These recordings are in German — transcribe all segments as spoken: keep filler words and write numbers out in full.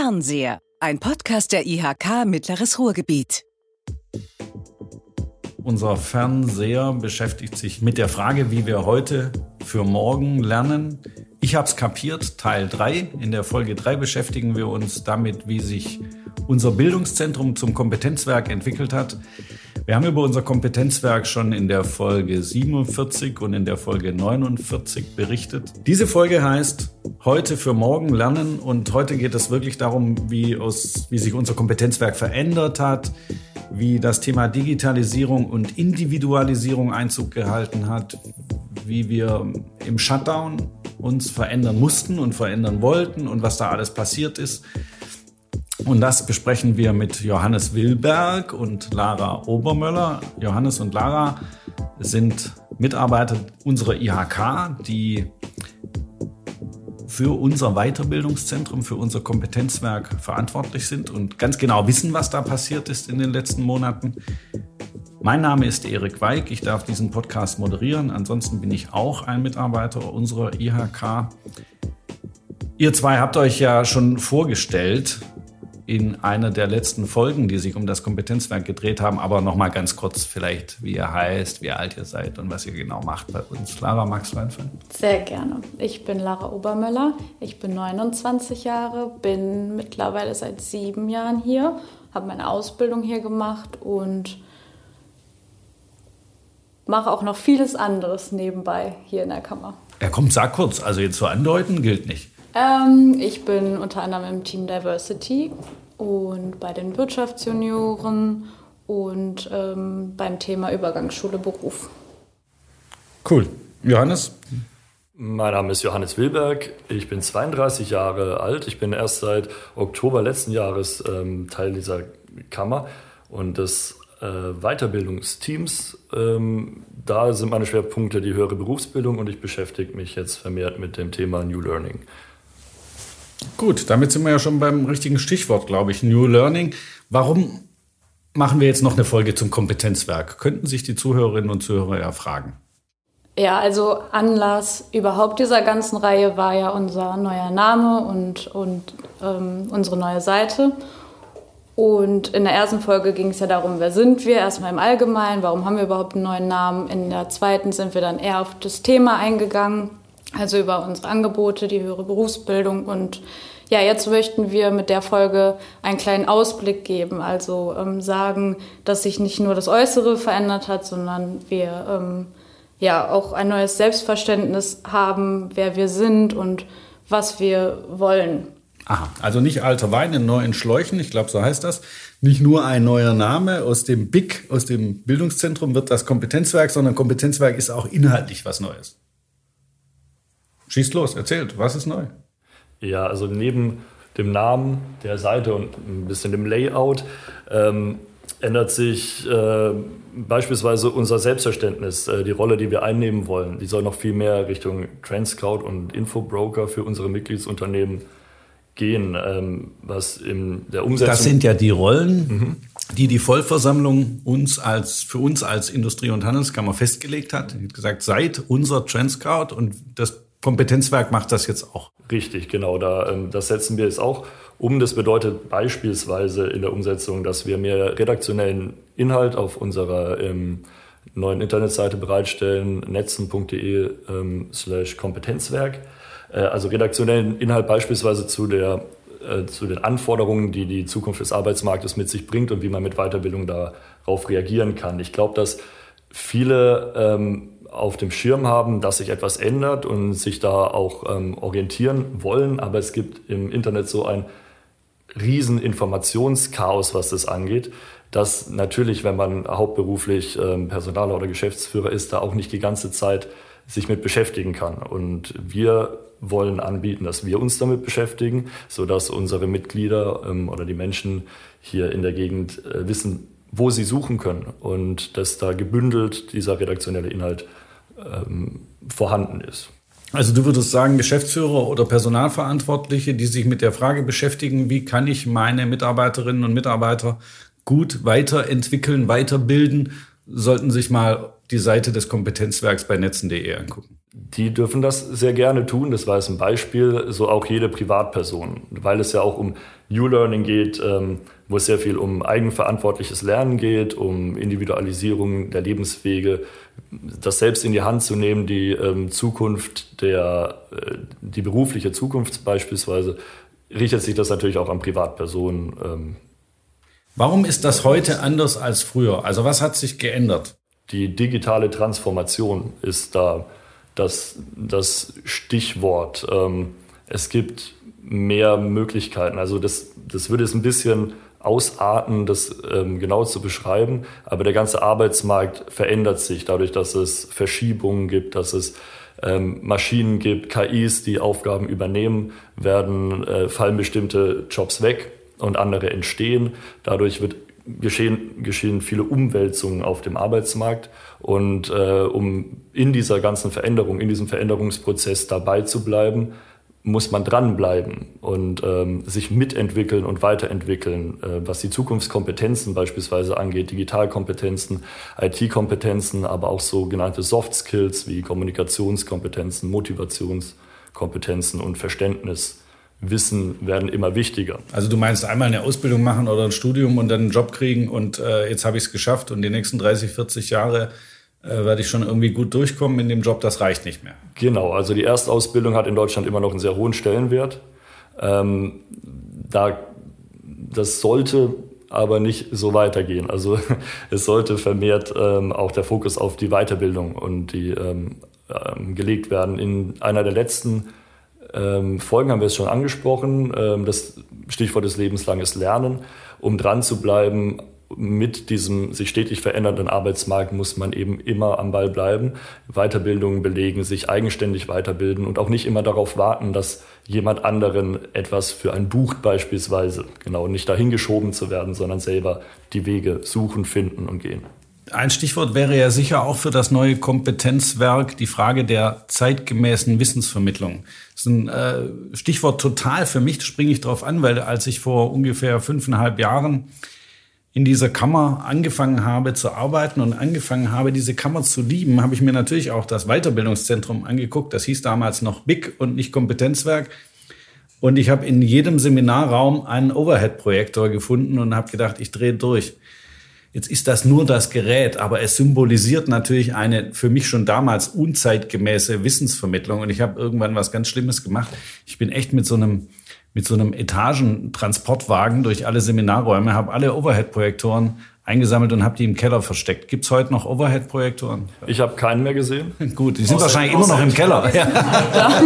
Fernseher, ein Podcast der I H K Mittleres Ruhrgebiet. Unser Fernseher beschäftigt sich mit der Frage, wie wir heute für morgen lernen. Ich hab's kapiert, Teil drei. In der Folge drei beschäftigen wir uns damit, wie sich unser Bildungszentrum zum Kompetenzwerk entwickelt hat. Wir haben über unser Kompetenzwerk schon in der Folge siebenundvierzig und in der Folge neunundvierzig berichtet. Diese Folge heißt Heute für morgen lernen und heute geht es wirklich darum, wie, aus, wie sich unser Kompetenzwerk verändert hat, wie das Thema Digitalisierung und Individualisierung Einzug gehalten hat, wie wir im Shutdown uns verändern mussten und verändern wollten und was da alles passiert ist. Und das besprechen wir mit Johannes Wilberg und Lara Obermöller. Johannes und Lara sind Mitarbeiter unserer I H K, die für unser Weiterbildungszentrum, für unser Kompetenzwerk verantwortlich sind und ganz genau wissen, was da passiert ist in den letzten Monaten. Mein Name ist Erik Weig, ich darf diesen Podcast moderieren. Ansonsten bin ich auch ein Mitarbeiter unserer I H K. Ihr zwei habt euch ja schon vorgestellt in einer der letzten Folgen, die sich um das Kompetenzwerk gedreht haben. Aber noch mal ganz kurz vielleicht, wie ihr heißt, wie alt ihr seid und was ihr genau macht bei uns. Lara, magst du anfangen? Sehr gerne. Ich bin Lara Obermöller, ich bin neunundzwanzig Jahre, bin mittlerweile seit sieben Jahren hier, habe meine Ausbildung hier gemacht und mache auch noch vieles anderes nebenbei hier in der Kammer. Ja, komm, sag kurz. Also jetzt so andeuten gilt nicht. Ähm, ich bin unter anderem im Team Diversity und bei den Wirtschaftsjunioren und ähm, beim Thema Übergang Schule-Beruf. Cool. Johannes? Mein Name ist Johannes Wilberg, ich bin zweiunddreißig Jahre alt. Ich bin erst seit Oktober letzten Jahres ähm, Teil dieser Kammer und des äh, Weiterbildungsteams. Ähm, da sind meine Schwerpunkte die höhere Berufsbildung und ich beschäftige mich jetzt vermehrt mit dem Thema New Learning. Gut, damit sind wir ja schon beim richtigen Stichwort, glaube ich, New Learning. Warum machen wir jetzt noch eine Folge zum Kompetenzwerk? Könnten sich die Zuhörerinnen und Zuhörer ja fragen. Ja, also Anlass überhaupt dieser ganzen Reihe war ja unser neuer Name und, und ähm, unsere neue Seite. Und in der ersten Folge ging es ja darum, wer sind wir, erstmal im Allgemeinen, warum haben wir überhaupt einen neuen Namen. In der zweiten sind wir dann eher auf das Thema eingegangen, also über unsere Angebote, die höhere Berufsbildung. Und ja, jetzt möchten wir mit der Folge einen kleinen Ausblick geben, also ähm, sagen, dass sich nicht nur das Äußere verändert hat, sondern wir ähm, ja auch ein neues Selbstverständnis haben, wer wir sind und was wir wollen. Aha, also nicht alter Wein in neuen Schläuchen, ich glaube, so heißt das. Nicht nur ein neuer Name aus dem B I C, aus dem Bildungszentrum wird das Kompetenzwerk, sondern Kompetenzwerk ist auch inhaltlich was Neues. Schießt los, erzählt, was ist neu? Ja, also neben dem Namen der Seite und ein bisschen dem Layout ähm, ändert sich äh, beispielsweise unser Selbstverständnis, äh, die Rolle, die wir einnehmen wollen. Die soll noch viel mehr Richtung Trendscout und Infobroker für unsere Mitgliedsunternehmen gehen, ähm, was in der Umsetzung... Das sind ja die Rollen, mhm. die die Vollversammlung uns als, für uns als Industrie- und Handelskammer festgelegt hat. Die hat gesagt, seid unser Trendscout und das Kompetenzwerk macht das jetzt auch. Richtig, genau. Da, ähm, das setzen wir jetzt auch um. Das bedeutet beispielsweise in der Umsetzung, dass wir mehr redaktionellen Inhalt auf unserer ähm, neuen Internetseite bereitstellen, netzen punkt de ähm, slash Kompetenzwerk. Äh, also redaktionellen Inhalt beispielsweise zu, der, äh, zu den Anforderungen, die die Zukunft des Arbeitsmarktes mit sich bringt und wie man mit Weiterbildung darauf reagieren kann. Ich glaube, dass viele ähm, auf dem Schirm haben, dass sich etwas ändert und sich da auch ähm, orientieren wollen. Aber es gibt im Internet so ein riesen Informationschaos, was das angeht, dass natürlich, wenn man hauptberuflich ähm, Personaler oder Geschäftsführer ist, da auch nicht die ganze Zeit sich mit beschäftigen kann. Und wir wollen anbieten, dass wir uns damit beschäftigen, sodass unsere Mitglieder ähm, oder die Menschen hier in der Gegend äh, wissen, wo sie suchen können und dass da gebündelt dieser redaktionelle Inhalt ähm, vorhanden ist. Also du würdest sagen, Geschäftsführer oder Personalverantwortliche, die sich mit der Frage beschäftigen, wie kann ich meine Mitarbeiterinnen und Mitarbeiter gut weiterentwickeln, weiterbilden, sollten sich mal die Seite des Kompetenzwerks bei netzen punkt de angucken? Die dürfen das sehr gerne tun. Das war jetzt ein Beispiel, so auch jede Privatperson, weil es ja auch um New Learning geht, ähm, wo es sehr viel um eigenverantwortliches Lernen geht, um Individualisierung der Lebenswege, das selbst in die Hand zu nehmen, die ähm, Zukunft, der, äh, die berufliche Zukunft beispielsweise, richtet sich das natürlich auch an Privatpersonen. Ähm. Warum ist das heute anders als früher? Also was hat sich geändert? Die digitale Transformation ist da das, das Stichwort. Ähm, es gibt mehr Möglichkeiten. Also das, das würde es ein bisschen ausarten, das ähm, genau zu beschreiben. Aber der ganze Arbeitsmarkt verändert sich dadurch, dass es Verschiebungen gibt, dass es ähm, Maschinen gibt, K Is, die Aufgaben übernehmen, werden, äh, fallen bestimmte Jobs weg und andere entstehen. Dadurch wird geschehen, geschehen viele Umwälzungen auf dem Arbeitsmarkt. Und äh, um in dieser ganzen Veränderung, in diesem Veränderungsprozess dabei zu bleiben, muss man dranbleiben und ähm, sich mitentwickeln und weiterentwickeln, äh, was die Zukunftskompetenzen beispielsweise angeht, Digitalkompetenzen, I T-Kompetenzen, aber auch sogenannte Soft Skills wie Kommunikationskompetenzen, Motivationskompetenzen und Verständniswissen werden immer wichtiger. Also du meinst einmal eine Ausbildung machen oder ein Studium und dann einen Job kriegen und äh, jetzt habe ich es geschafft und die nächsten dreißig, vierzig Jahre äh, werde ich schon irgendwie gut durchkommen in dem Job, das reicht nicht mehr. Genau, also die Erstausbildung hat in Deutschland immer noch einen sehr hohen Stellenwert. Ähm, da, das sollte aber nicht so weitergehen. Also es sollte vermehrt ähm, auch der Fokus auf die Weiterbildung und die ähm, ähm, gelegt werden. In einer der letzten ähm, Folgen haben wir es schon angesprochen, ähm, das Stichwort des lebenslanges Lernen. Um dran zu bleiben, mit diesem sich stetig verändernden Arbeitsmarkt muss man eben immer am Ball bleiben, Weiterbildungen belegen, sich eigenständig weiterbilden und auch nicht immer darauf warten, dass jemand anderen etwas für einen bucht beispielsweise. Genau, nicht dahin geschoben zu werden, sondern selber die Wege suchen, finden und gehen. Ein Stichwort wäre ja sicher auch für das neue Kompetenzwerk die Frage der zeitgemäßen Wissensvermittlung. Das ist ein äh, Stichwort total für mich, da springe ich drauf an, weil als ich vor ungefähr fünfeinhalb Jahren in dieser Kammer angefangen habe zu arbeiten und angefangen habe, diese Kammer zu lieben, habe ich mir natürlich auch das Weiterbildungszentrum angeguckt. Das hieß damals noch B I C und nicht Kompetenzwerk. Und ich habe in jedem Seminarraum einen Overhead-Projektor gefunden und habe gedacht, ich drehe durch. Jetzt ist das nur das Gerät, aber es symbolisiert natürlich eine für mich schon damals unzeitgemäße Wissensvermittlung. Und ich habe irgendwann was ganz Schlimmes gemacht. Ich bin echt mit so einem mit so einem Etagentransportwagen durch alle Seminarräume, habe alle Overhead-Projektoren eingesammelt und habe die im Keller versteckt. Gibt es heute noch Overhead-Projektoren? Ich habe keinen mehr gesehen. Gut, die sind außer, wahrscheinlich immer noch im Keller. Ja. Ja.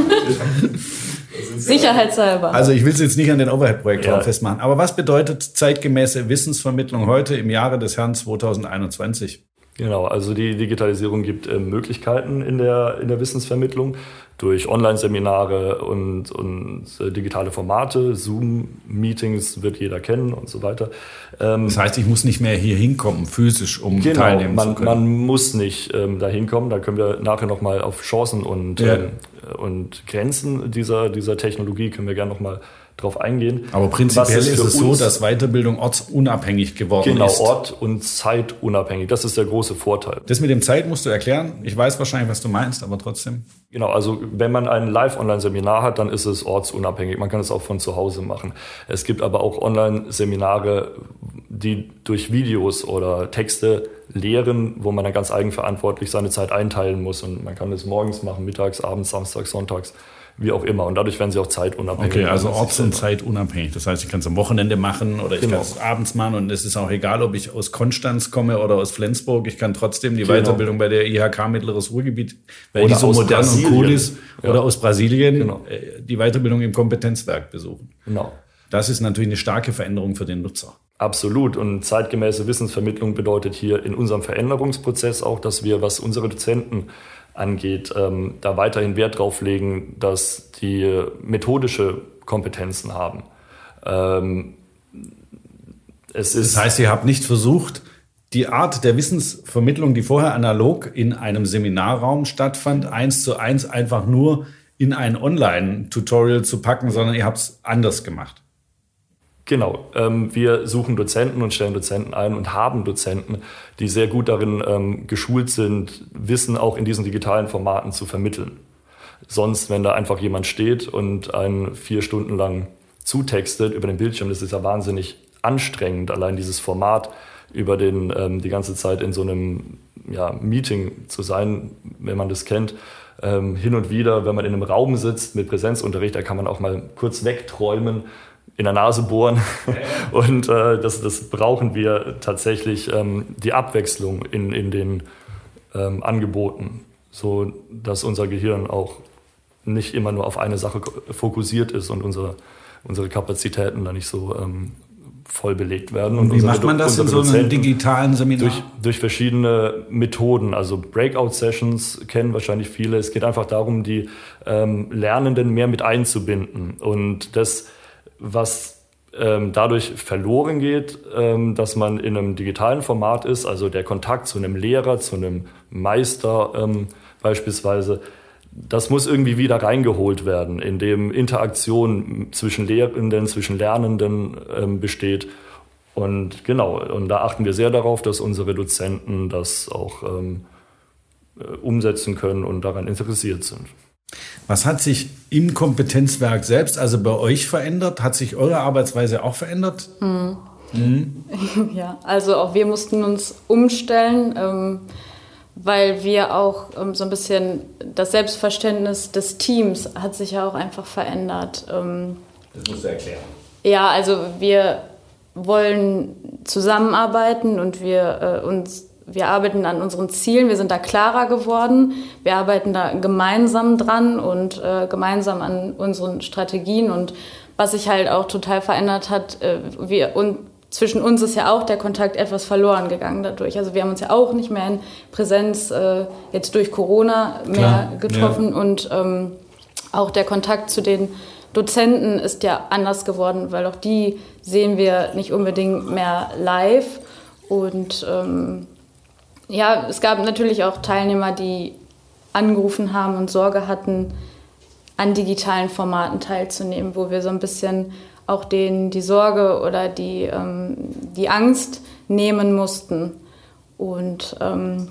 Sicherheitshalber. Also ich will es jetzt nicht an den Overhead-Projektoren ja. festmachen. Aber was bedeutet zeitgemäße Wissensvermittlung heute im Jahre des Herrn zweitausendeinundzwanzig? Genau, also die Digitalisierung gibt äh, Möglichkeiten in der, in der Wissensvermittlung durch Online-Seminare und, und äh, digitale Formate, Zoom-Meetings wird jeder kennen und so weiter. Ähm, das heißt, ich muss nicht mehr hier hinkommen, physisch, um genau, teilnehmen man, zu können. Man muss nicht ähm, da hinkommen, da können wir nachher nochmal auf Chancen und, ja. ähm, und Grenzen dieser, dieser Technologie können wir gerne nochmal drauf eingehen. Aber prinzipiell ist es so, dass Weiterbildung ortsunabhängig geworden genau, ist. Genau, ort- und zeitunabhängig. Das ist der große Vorteil. Das mit dem Zeit musst du erklären. Ich weiß wahrscheinlich, was du meinst, aber trotzdem. Genau, also wenn man ein Live-Online-Seminar hat, dann ist es ortsunabhängig. Man kann es auch von zu Hause machen. Es gibt aber auch Online-Seminare, die durch Videos oder Texte lehren, wo man dann ganz eigenverantwortlich seine Zeit einteilen muss. Und man kann es morgens machen, mittags, abends, samstags, sonntags. Wie auch immer. Und dadurch werden sie auch zeitunabhängig. Okay, also orts- und zeitunabhängig. Das heißt, ich kann es am Wochenende machen oder ich genau. kann es abends machen. Und es ist auch egal, ob ich aus Konstanz komme oder aus Flensburg. Ich kann trotzdem die genau. Weiterbildung bei der I H K Mittleres Ruhrgebiet, weil oder die so modern Brasilien. und cool ist, ja. oder aus Brasilien, genau. die Weiterbildung im Kompetenzwerk besuchen. Genau. Das ist natürlich eine starke Veränderung für den Nutzer. Absolut. Und zeitgemäße Wissensvermittlung bedeutet hier in unserem Veränderungsprozess auch, dass wir, was unsere Dozenten angeht, ähm, da weiterhin Wert drauf legen, dass die methodische Kompetenzen haben. Ähm, es ist das heißt, ihr habt nicht versucht, die Art der Wissensvermittlung, die vorher analog in einem Seminarraum stattfand, eins zu eins einfach nur in ein Online-Tutorial zu packen, sondern ihr habt es anders gemacht. Genau, ähm, wir suchen Dozenten und stellen Dozenten ein und haben Dozenten, die sehr gut darin ähm, geschult sind, Wissen auch in diesen digitalen Formaten zu vermitteln. Sonst, wenn da einfach jemand steht und einen vier Stunden lang zutextet über den Bildschirm, das ist ja wahnsinnig anstrengend, allein dieses Format über den ähm, die ganze Zeit in so einem ja, Meeting zu sein, wenn man das kennt. Ähm, hin und wieder, wenn man in einem Raum sitzt mit Präsenzunterricht, da kann man auch mal kurz wegträumen, in der Nase bohren. Und äh, das, das brauchen wir tatsächlich, ähm, die Abwechslung in, in den ähm, Angeboten, so dass unser Gehirn auch nicht immer nur auf eine Sache fokussiert ist und unsere, unsere Kapazitäten da nicht so ähm, voll belegt werden. Und wie macht man das in so einem digitalen Seminar? Durch, durch verschiedene Methoden, also Breakout-Sessions kennen wahrscheinlich viele. Es geht einfach darum, die ähm, Lernenden mehr mit einzubinden. Und das, was ähm, dadurch verloren geht, ähm, dass man in einem digitalen Format ist, also der Kontakt zu einem Lehrer, zu einem Meister ähm, beispielsweise, das muss irgendwie wieder reingeholt werden, indem Interaktion zwischen Lehrenden, zwischen Lernenden ähm, besteht. Und genau, und da achten wir sehr darauf, dass unsere Dozenten das auch ähm, umsetzen können und daran interessiert sind. Was hat sich im Kompetenzwerk selbst, also bei euch, verändert? Hat sich eure Arbeitsweise auch verändert? Mhm. Mhm. Ja, also auch wir mussten uns umstellen, ähm, weil wir auch ähm, so ein bisschen das Selbstverständnis des Teams hat sich ja auch einfach verändert. Ähm, das musst du erklären. Ja, also wir wollen zusammenarbeiten und wir äh, uns wir arbeiten an unseren Zielen, wir sind da klarer geworden, wir arbeiten da gemeinsam dran und äh, gemeinsam an unseren Strategien. Und was sich halt auch total verändert hat, äh, wir, und zwischen uns ist ja auch der Kontakt etwas verloren gegangen dadurch. Also wir haben uns ja auch nicht mehr in Präsenz äh, jetzt durch Corona mehr Klar, getroffen ja. Und ähm, auch der Kontakt zu den Dozenten ist ja anders geworden, weil auch die sehen wir nicht unbedingt mehr live. Und ähm, ja, es gab natürlich auch Teilnehmer, die angerufen haben und Sorge hatten, an digitalen Formaten teilzunehmen, wo wir so ein bisschen auch denen die Sorge oder die, ähm, die Angst nehmen mussten. Und ähm,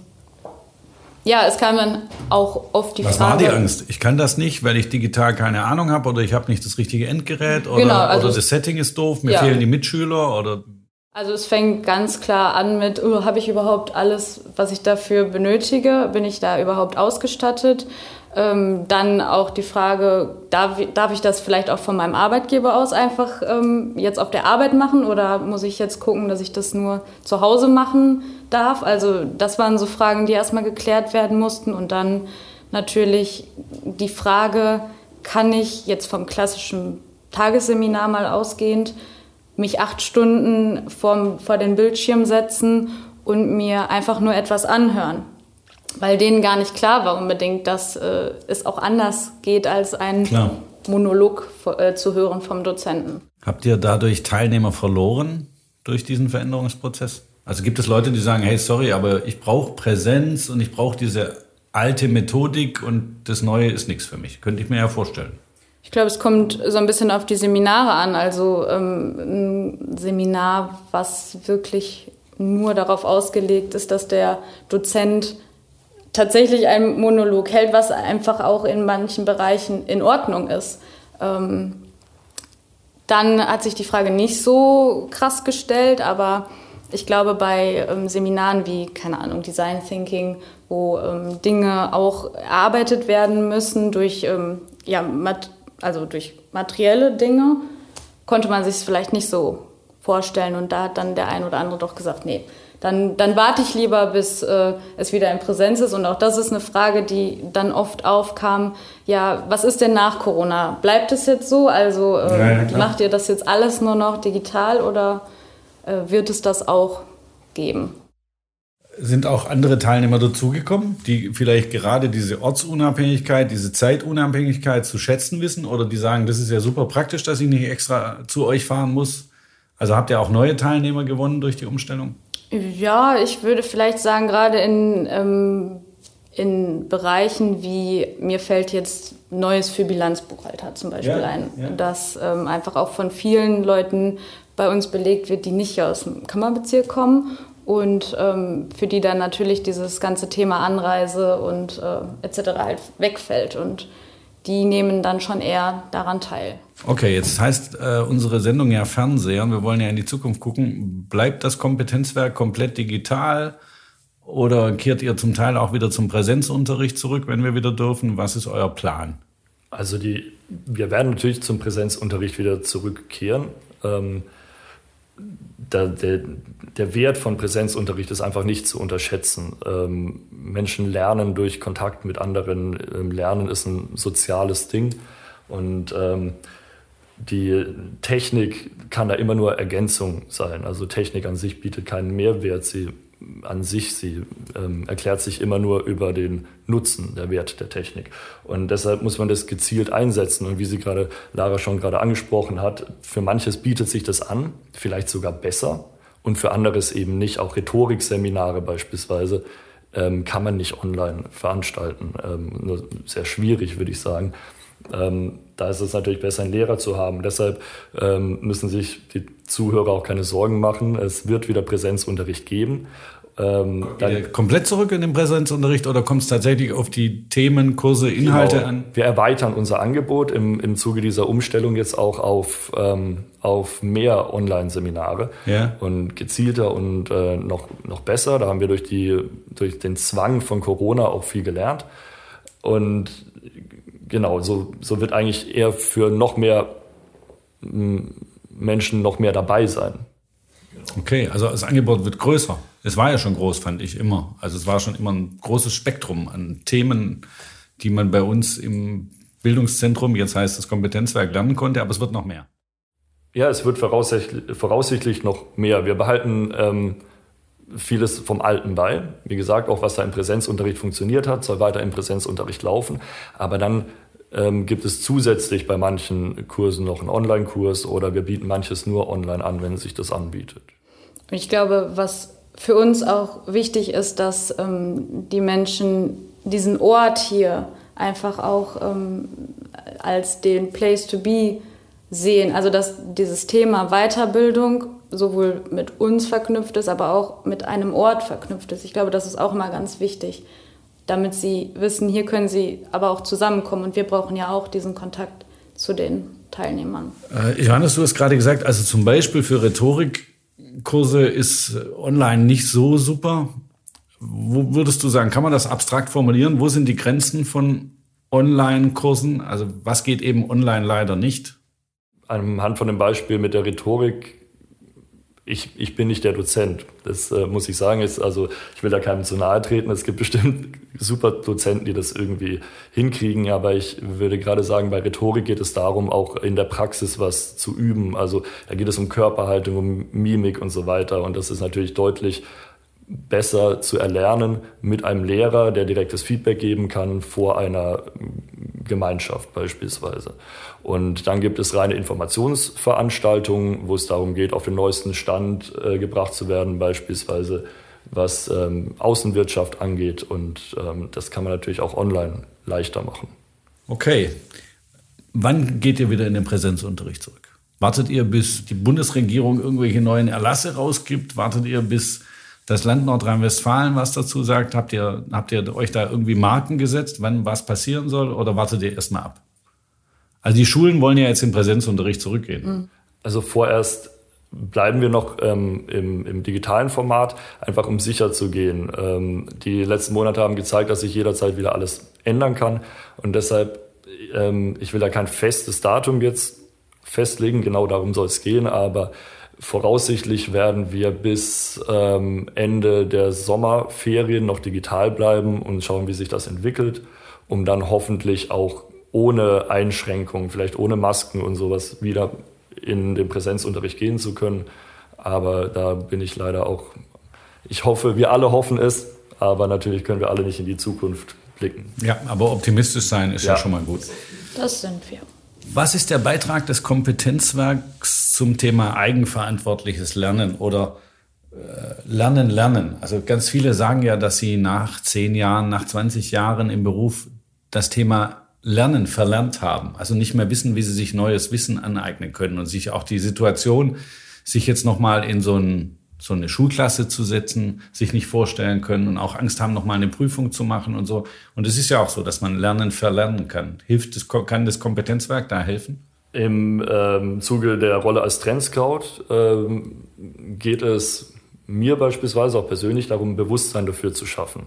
ja, es kam dann auch oft die Was Frage... Was war die Angst? Ich kann das nicht, weil ich digital keine Ahnung habe oder ich habe nicht das richtige Endgerät oder, genau, also oder das Setting ist doof, mir ja. fehlen die Mitschüler oder... Also es fängt ganz klar an mit, oh, habe ich überhaupt alles, was ich dafür benötige? Bin ich da überhaupt ausgestattet? Ähm, dann auch die Frage, darf, darf ich das vielleicht auch von meinem Arbeitgeber aus einfach ähm, jetzt auf der Arbeit machen oder muss ich jetzt gucken, dass ich das nur zu Hause machen darf? Also das waren so Fragen, die erstmal geklärt werden mussten. Und dann natürlich die Frage, kann ich jetzt vom klassischen Tagesseminar mal ausgehend mich acht Stunden vorm, vor den Bildschirm setzen und mir einfach nur etwas anhören. Weil denen gar nicht klar war unbedingt, dass äh, es auch anders geht, als ein Klar. Monolog äh, zu hören vom Dozenten. Habt ihr dadurch Teilnehmer verloren durch diesen Veränderungsprozess? Also gibt es Leute, die sagen, hey, sorry, aber ich brauche Präsenz und ich brauche diese alte Methodik und das Neue ist nichts für mich. Könnte ich mir ja vorstellen. Ich glaube, es kommt so ein bisschen auf die Seminare an. Also ähm, ein Seminar, was wirklich nur darauf ausgelegt ist, dass der Dozent tatsächlich einen Monolog hält, was einfach auch in manchen Bereichen in Ordnung ist. Ähm, dann hat sich die Frage nicht so krass gestellt, aber ich glaube, bei ähm, Seminaren wie, keine Ahnung, Design Thinking, wo ähm, Dinge auch erarbeitet werden müssen durch ähm, ja, mat- also durch materielle Dinge, konnte man sich es vielleicht nicht so vorstellen. Und da hat dann der ein oder andere doch gesagt, nee, dann, dann warte ich lieber, bis äh, es wieder in Präsenz ist. Und auch das ist eine Frage, die dann oft aufkam, ja, was ist denn nach Corona? Bleibt es jetzt so? Also äh, ja, ja, macht ihr das jetzt alles nur noch digital oder äh, wird es das auch geben? Sind auch andere Teilnehmer dazugekommen, die vielleicht gerade diese Ortsunabhängigkeit, diese Zeitunabhängigkeit zu schätzen wissen oder die sagen, das ist ja super praktisch, dass ich nicht extra zu euch fahren muss? Also habt ihr auch neue Teilnehmer gewonnen durch die Umstellung? Ja, ich würde vielleicht sagen, gerade in, ähm, in Bereichen wie, mir fällt jetzt Neues für Bilanzbuchhalter zum Beispiel ja, ein, ja. dass ähm, einfach auch von vielen Leuten bei uns belegt wird, die nicht aus dem Kammerbezirk kommen und ähm, für die dann natürlich dieses ganze Thema Anreise und äh, et cetera halt wegfällt und die nehmen dann schon eher daran teil. Okay, jetzt heißt äh, unsere Sendung ja Fernseher und wir wollen ja in die Zukunft gucken. Bleibt das Kompetenzwerk komplett digital oder kehrt ihr zum Teil auch wieder zum Präsenzunterricht zurück, wenn wir wieder dürfen? Was ist euer Plan? Also die, wir werden natürlich zum Präsenzunterricht wieder zurückkehren. Ähm, der, der, der Wert von Präsenzunterricht ist einfach nicht zu unterschätzen. Ähm, Menschen lernen durch Kontakt mit anderen. Ähm, Lernen ist ein soziales Ding. Und ähm, die Technik kann da immer nur Ergänzung sein. Also Technik an sich bietet keinen Mehrwert. Sie an sich, sie ähm, erklärt sich immer nur über den Nutzen, der Wert der Technik. Und deshalb muss man das gezielt einsetzen. Und wie sie gerade, Lara schon gerade angesprochen hat, für manches bietet sich das an, vielleicht sogar besser. Und für anderes eben nicht. Auch Rhetorikseminare beispielsweise ähm, kann man nicht online veranstalten. Ähm, nur sehr schwierig, würde ich sagen. Ähm, da ist es natürlich besser, einen Lehrer zu haben. Deshalb ähm, müssen sich die Zuhörer auch keine Sorgen machen. Es wird wieder Präsenzunterricht geben. Ähm, dann komplett zurück in den Präsenzunterricht oder kommt es tatsächlich auf die Themen, Kurse, Inhalte genau. an? Wir erweitern unser Angebot im, im Zuge dieser Umstellung jetzt auch auf, ähm, auf mehr Online-Seminare ja. und gezielter und äh, noch, noch besser. Da haben wir durch, die, durch den Zwang von Corona auch viel gelernt. Und genau, so, so wird eigentlich eher für noch mehr m, Menschen noch mehr dabei sein. Okay, also das Angebot wird größer. Es war ja schon groß, fand ich immer. Also es war schon immer ein großes Spektrum an Themen, die man bei uns im Bildungszentrum, jetzt heißt das Kompetenzwerk, lernen konnte, aber es wird noch mehr. Ja, es wird voraussichtlich, voraussichtlich noch mehr. Wir behalten ähm, vieles vom Alten bei. Wie gesagt, auch was da im Präsenzunterricht funktioniert hat, soll weiter im Präsenzunterricht laufen. Aber dann ähm, gibt es zusätzlich bei manchen Kursen noch einen Online-Kurs oder wir bieten manches nur online an, wenn sich das anbietet. Ich glaube, was für uns auch wichtig ist, dass ähm, die Menschen diesen Ort hier einfach auch ähm, als den Place to be sehen. Also dass dieses Thema Weiterbildung sowohl mit uns verknüpft ist, aber auch mit einem Ort verknüpft ist. Ich glaube, das ist auch immer ganz wichtig, damit sie wissen, hier können sie aber auch zusammenkommen. Und wir brauchen ja auch diesen Kontakt zu den Teilnehmern. Äh, Johannes, du hast gerade gesagt, also zum Beispiel für Rhetorikkurse ist online nicht so super. Wo würdest du sagen, kann man das abstrakt formulieren? Wo sind die Grenzen von Online-Kursen? Also was geht eben online leider nicht? Anhand von dem Beispiel mit der Rhetorik, ich, ich bin nicht der Dozent, das äh, muss ich sagen. Ist, also ich will da keinem zu nahe treten. Es gibt bestimmt super Dozenten, die das irgendwie hinkriegen, aber ich würde gerade sagen, bei Rhetorik geht es darum, auch in der Praxis was zu üben. Also da geht es um Körperhaltung, um Mimik und so weiter und das ist natürlich deutlich besser zu erlernen mit einem Lehrer, der direktes Feedback geben kann vor einer Gemeinschaft beispielsweise. Und dann gibt es reine Informationsveranstaltungen, wo es darum geht, auf den neuesten Stand äh, gebracht zu werden, beispielsweise was ähm, Außenwirtschaft angeht. Und ähm, das kann man natürlich auch online leichter machen. Okay. Wann geht ihr wieder in den Präsenzunterricht zurück? Wartet ihr, bis die Bundesregierung irgendwelche neuen Erlasse rausgibt? Wartet ihr, bis das Land Nordrhein-Westfalen was dazu sagt? Habt ihr, habt ihr euch da irgendwie Marken gesetzt, wann was passieren soll? Oder wartet ihr erstmal ab? Also die Schulen wollen ja jetzt in Präsenzunterricht zurückgehen. Also vorerst bleiben wir noch ähm, im, im digitalen Format, einfach um sicher zu gehen. Ähm, die letzten Monate haben gezeigt, dass sich jederzeit wieder alles ändern kann. Und deshalb, ähm, ich will da kein festes Datum jetzt festlegen, genau darum soll es gehen, aber voraussichtlich werden wir bis ähm, Ende der Sommerferien noch digital bleiben und schauen, wie sich das entwickelt, um dann hoffentlich auch ohne Einschränkungen, vielleicht ohne Masken und sowas wieder in den Präsenzunterricht gehen zu können. Aber da bin ich leider auch, ich hoffe, wir alle hoffen es, aber natürlich können wir alle nicht in die Zukunft blicken. Ja, aber optimistisch sein ist ja, ja schon mal gut. Das sind wir. Was ist der Beitrag des Kompetenzwerks zum Thema eigenverantwortliches Lernen oder äh, Lernen, Lernen? Also ganz viele sagen ja, dass sie nach zehn Jahren, nach zwanzig Jahren im Beruf das Thema Lernen verlernt haben. Also nicht mehr wissen, wie sie sich neues Wissen aneignen können und sich auch die Situation, sich jetzt nochmal in so, ein, so eine Schulklasse zu setzen, sich nicht vorstellen können und auch Angst haben, nochmal eine Prüfung zu machen und so. Und es ist ja auch so, dass man Lernen verlernen kann. Hilft das, kann das Kompetenzwerk da helfen? Im ähm, Zuge der Rolle als Trendscout ähm, geht es mir beispielsweise auch persönlich darum, Bewusstsein dafür zu schaffen.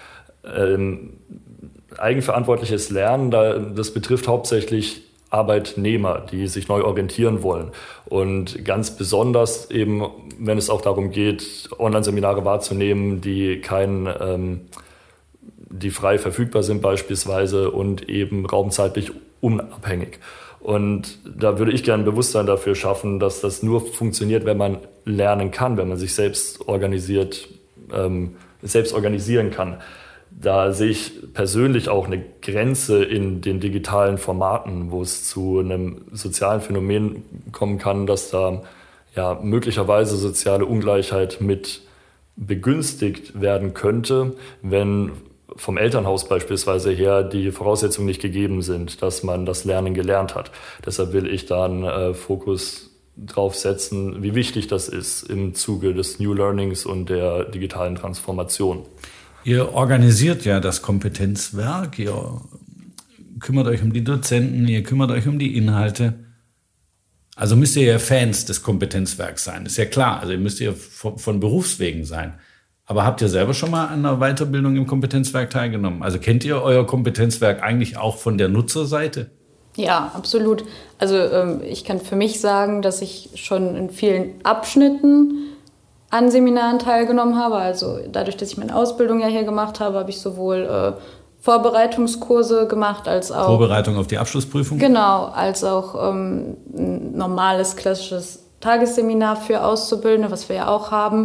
Ähm, eigenverantwortliches Lernen, das betrifft hauptsächlich Arbeitnehmer, die sich neu orientieren wollen. Und ganz besonders eben, wenn es auch darum geht, Online-Seminare wahrzunehmen, die kein, ähm, die frei verfügbar sind beispielsweise und eben raumzeitlich unabhängig. Und da würde ich gerne ein Bewusstsein dafür schaffen, dass das nur funktioniert, wenn man lernen kann, wenn man sich selbst organisiert, ähm, selbst organisieren kann. Da sehe ich persönlich auch eine Grenze in den digitalen Formaten, wo es zu einem sozialen Phänomen kommen kann, dass da ja möglicherweise soziale Ungleichheit mit begünstigt werden könnte, wenn vom Elternhaus beispielsweise her die Voraussetzungen nicht gegeben sind, dass man das Lernen gelernt hat. Deshalb will ich da einen äh, Fokus drauf setzen, wie wichtig das ist im Zuge des New Learnings und der digitalen Transformation. Ihr organisiert ja das Kompetenzwerk, ihr kümmert euch um die Dozenten, ihr kümmert euch um die Inhalte. Also müsst ihr ja Fans des Kompetenzwerks sein, ist ja klar. Also ihr müsst ja von, von Berufswegen sein. Aber habt ihr selber schon mal an einer Weiterbildung im Kompetenzwerk teilgenommen? Also kennt ihr euer Kompetenzwerk eigentlich auch von der Nutzerseite? Ja, absolut. Also ähm, ich kann für mich sagen, dass ich schon in vielen Abschnitten an Seminaren teilgenommen habe. Also dadurch, dass ich meine Ausbildung ja hier gemacht habe, habe ich sowohl äh, Vorbereitungskurse gemacht als auch... Vorbereitung auf die Abschlussprüfung? Genau, als auch ähm, ein normales, klassisches Tagesseminar für Auszubildende, was wir ja auch haben.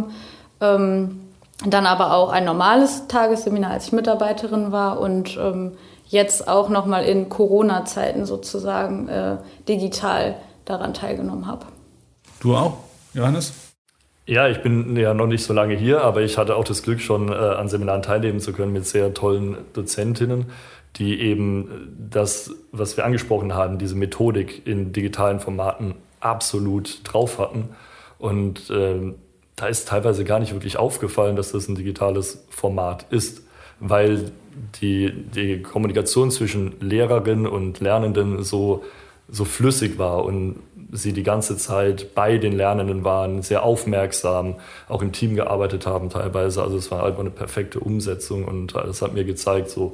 Ähm, dann aber auch ein normales Tagesseminar, als ich Mitarbeiterin war und ähm, jetzt auch nochmal in Corona-Zeiten sozusagen äh, digital daran teilgenommen habe. Du auch, Johannes? Ja, ich bin ja noch nicht so lange hier, aber ich hatte auch das Glück, schon äh, an Seminaren teilnehmen zu können mit sehr tollen Dozentinnen, die eben das, was wir angesprochen haben, diese Methodik in digitalen Formaten absolut drauf hatten. Und äh, da ist teilweise gar nicht wirklich aufgefallen, dass das ein digitales Format ist, weil die, die Kommunikation zwischen Lehrerin und Lernenden so, so flüssig war und sie die ganze Zeit bei den Lernenden waren, sehr aufmerksam, auch im Team gearbeitet haben teilweise. Also es war einfach eine perfekte Umsetzung und das hat mir gezeigt, so,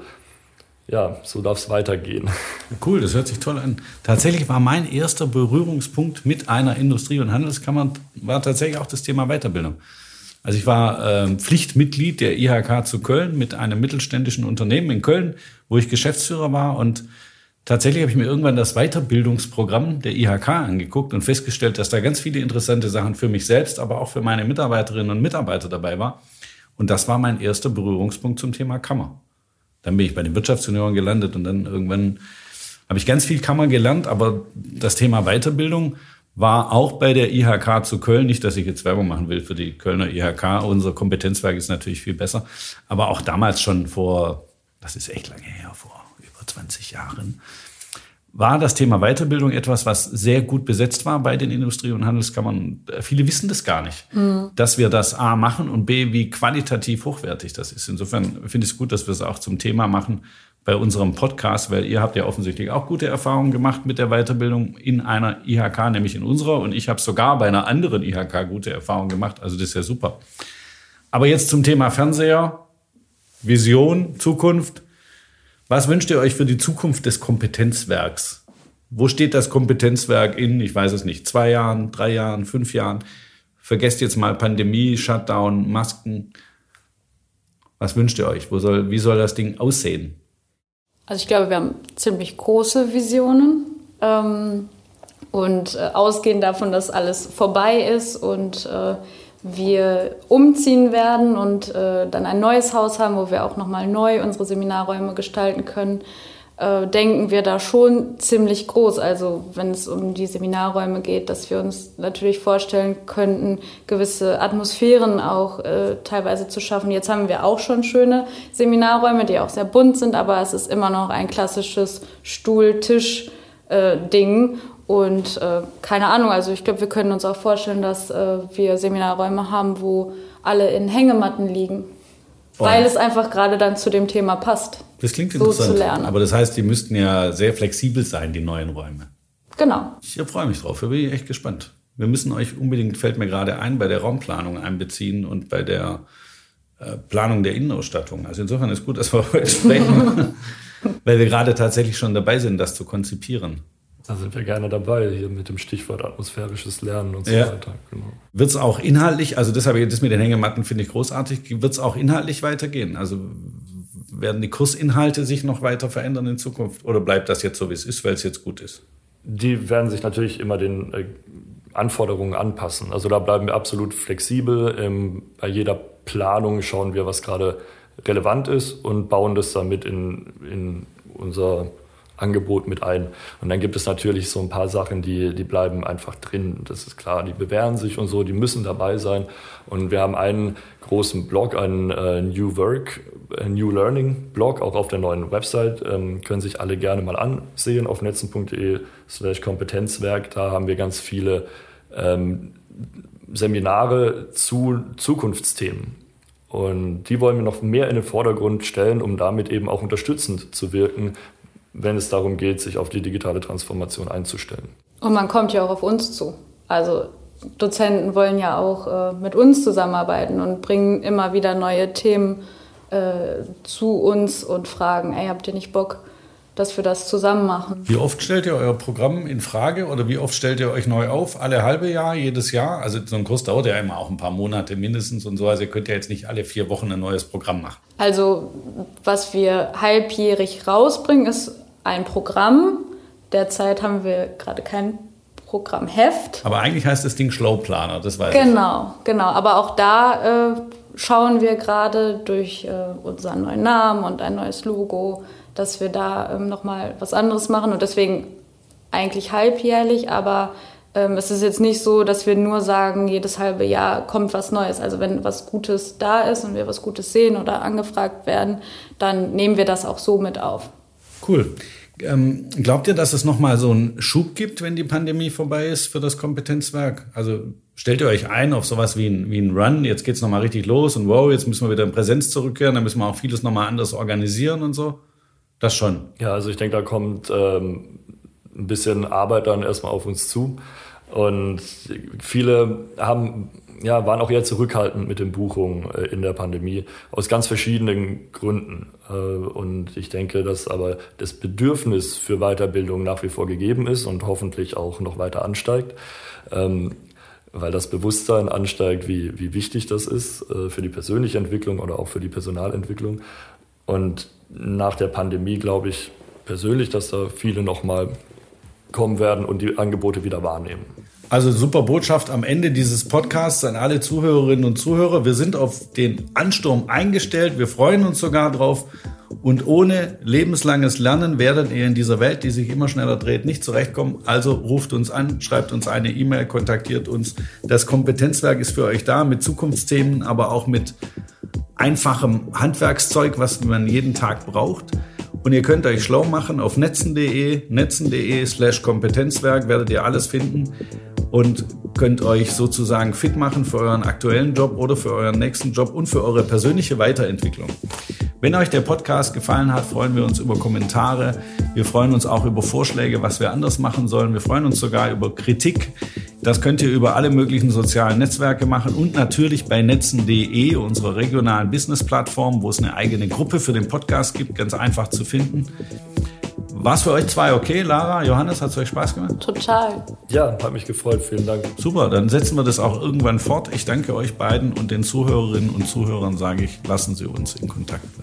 ja, so darf es weitergehen. Cool, das hört sich toll an. Tatsächlich war mein erster Berührungspunkt mit einer Industrie- und Handelskammer war tatsächlich auch das Thema Weiterbildung. Also ich war äh, Pflichtmitglied der I H K zu Köln mit einem mittelständischen Unternehmen in Köln, wo ich Geschäftsführer war, und tatsächlich habe ich mir irgendwann das Weiterbildungsprogramm der I H K angeguckt und festgestellt, dass da ganz viele interessante Sachen für mich selbst, aber auch für meine Mitarbeiterinnen und Mitarbeiter dabei war. Und das war mein erster Berührungspunkt zum Thema Kammer. Dann bin ich bei den Wirtschaftsjunioren gelandet und dann irgendwann habe ich ganz viel Kammer gelernt, aber das Thema Weiterbildung war auch bei der I H K zu Köln. Nicht, dass ich jetzt Werbung machen will für die Kölner I H K. Unser Kompetenzwerk ist natürlich viel besser. Aber auch damals schon vor, das ist echt lange her, vor über zwanzig Jahren, war das Thema Weiterbildung etwas, was sehr gut besetzt war bei den Industrie- und Handelskammern. Viele wissen das gar nicht, mhm. dass wir das A machen und B, wie qualitativ hochwertig das ist. Insofern finde ich es gut, dass wir es auch zum Thema machen bei unserem Podcast, weil ihr habt ja offensichtlich auch gute Erfahrungen gemacht mit der Weiterbildung in einer I H K, nämlich in unserer. Und ich habe sogar bei einer anderen I H K gute Erfahrungen gemacht. Also das ist ja super. Aber jetzt zum Thema Fernseher, Vision, Zukunft. Was wünscht ihr euch für die Zukunft des Kompetenzwerks? Wo steht das Kompetenzwerk in, ich weiß es nicht, zwei Jahren, drei Jahren, fünf Jahren? Vergesst jetzt mal Pandemie, Shutdown, Masken. Was wünscht ihr euch? Wo soll, wie soll das Ding aussehen? Also ich glaube, wir haben ziemlich große Visionen ähm, und äh, ausgehend davon, dass alles vorbei ist und äh, wir umziehen werden und äh, dann ein neues Haus haben, wo wir auch nochmal neu unsere Seminarräume gestalten können, äh, denken wir da schon ziemlich groß. Also wenn es um die Seminarräume geht, dass wir uns natürlich vorstellen könnten, gewisse Atmosphären auch äh, teilweise zu schaffen. Jetzt haben wir auch schon schöne Seminarräume, die auch sehr bunt sind, aber es ist immer noch ein klassisches Stuhl-Tisch-Ding. Und äh, keine Ahnung, also ich glaube, wir können uns auch vorstellen, dass äh, wir Seminarräume haben, wo alle in Hängematten liegen. Oh. Weil es einfach gerade dann zu dem Thema passt. Das klingt so interessant. Zu lernen. Aber das heißt, die müssten ja sehr flexibel sein, die neuen Räume. Genau. Ich freue mich drauf, da bin ich echt gespannt. Wir müssen euch unbedingt, fällt mir gerade ein, bei der Raumplanung einbeziehen und bei der äh, Planung der Innenausstattung. Also insofern ist gut, dass wir heute sprechen, weil wir gerade tatsächlich schon dabei sind, das zu konzipieren. Da sind wir gerne dabei, hier mit dem Stichwort atmosphärisches Lernen und so ja. weiter. Genau. Wird es auch inhaltlich, also das, habe ich, das mit den Hängematten finde ich großartig, wird es auch inhaltlich weitergehen? Also werden die Kursinhalte sich noch weiter verändern in Zukunft oder bleibt das jetzt so, wie es ist, weil es jetzt gut ist? Die werden sich natürlich immer den äh, Anforderungen anpassen. Also da bleiben wir absolut flexibel. Ähm, bei jeder Planung schauen wir, was gerade relevant ist und bauen das damit in, in unser Angebot mit ein. Und dann gibt es natürlich so ein paar Sachen, die, die bleiben einfach drin. Das ist klar, die bewähren sich und so, die müssen dabei sein. Und wir haben einen großen Blog, einen äh, New Work, äh, New Learning Blog, auch auf der neuen Website. Ähm, können sich alle gerne mal ansehen auf netzen punkt de slash Kompetenzwerk. Da haben wir ganz viele ähm, Seminare zu Zukunftsthemen. Und die wollen wir noch mehr in den Vordergrund stellen, um damit eben auch unterstützend zu wirken, wenn es darum geht, sich auf die digitale Transformation einzustellen. Und man kommt ja auch auf uns zu. Also Dozenten wollen ja auch äh, mit uns zusammenarbeiten und bringen immer wieder neue Themen äh, zu uns und fragen, ey, habt ihr nicht Bock, dass wir das zusammen machen? Wie oft stellt ihr euer Programm in Frage oder wie oft stellt ihr euch neu auf? Alle halbe Jahr, jedes Jahr? Also so ein Kurs dauert ja immer auch ein paar Monate mindestens und so. Also ihr könnt ja jetzt nicht alle vier Wochen ein neues Programm machen. Also was wir halbjährig rausbringen, ist ein Programm. Derzeit haben wir gerade kein Programmheft. Aber eigentlich heißt das Ding Schlauplaner, das weiß ich. Genau, genau. Aber auch da äh, schauen wir gerade durch äh, unseren neuen Namen und ein neues Logo, dass wir da ähm, nochmal was anderes machen. Und deswegen eigentlich halbjährlich, aber ähm, es ist jetzt nicht so, dass wir nur sagen, jedes halbe Jahr kommt was Neues. Also wenn was Gutes da ist und wir was Gutes sehen oder angefragt werden, dann nehmen wir das auch so mit auf. Cool. Ähm, glaubt ihr, dass es nochmal so einen Schub gibt, wenn die Pandemie vorbei ist für das Kompetenzwerk? Also stellt ihr euch ein auf sowas wie ein, wie ein Run, jetzt geht's nochmal richtig los und wow, jetzt müssen wir wieder in Präsenz zurückkehren, dann müssen wir auch vieles nochmal anders organisieren und so? Das schon. Ja, also ich denke, da kommt ähm, ein bisschen Arbeit dann erstmal auf uns zu. Und viele haben, ja, waren auch eher zurückhaltend mit den Buchungen äh, in der Pandemie, aus ganz verschiedenen Gründen. Äh, und ich denke, dass aber das Bedürfnis für Weiterbildung nach wie vor gegeben ist und hoffentlich auch noch weiter ansteigt, ähm, weil das Bewusstsein ansteigt, wie, wie wichtig das ist äh, für die persönliche Entwicklung oder auch für die Personalentwicklung. Und nach der Pandemie glaube ich persönlich, dass da viele nochmal kommen werden und die Angebote wieder wahrnehmen. Also super Botschaft am Ende dieses Podcasts an alle Zuhörerinnen und Zuhörer. Wir sind auf den Ansturm eingestellt, wir freuen uns sogar drauf. Und ohne lebenslanges Lernen werdet ihr in dieser Welt, die sich immer schneller dreht, nicht zurechtkommen. Also ruft uns an, schreibt uns eine E-Mail, kontaktiert uns. Das Kompetenzwerk ist für euch da mit Zukunftsthemen, aber auch mit einfachem Handwerkszeug, was man jeden Tag braucht. Und ihr könnt euch schlau machen auf netzen.de, netzen.de slash Kompetenzwerk, werdet ihr alles finden und könnt euch sozusagen fit machen für euren aktuellen Job oder für euren nächsten Job und für eure persönliche Weiterentwicklung. Wenn euch der Podcast gefallen hat, freuen wir uns über Kommentare. Wir freuen uns auch über Vorschläge, was wir anders machen sollen. Wir freuen uns sogar über Kritik. Das könnt ihr über alle möglichen sozialen Netzwerke machen und natürlich bei netzen.de, unserer regionalen Business-Plattform, wo es eine eigene Gruppe für den Podcast gibt, ganz einfach zu finden. War es für euch zwei okay? Lara, Johannes, hat es euch Spaß gemacht? Total. Ja, hat mich gefreut. Vielen Dank. Super, dann setzen wir das auch irgendwann fort. Ich danke euch beiden und den Zuhörerinnen und Zuhörern sage ich, lassen Sie uns in Kontakt bleiben.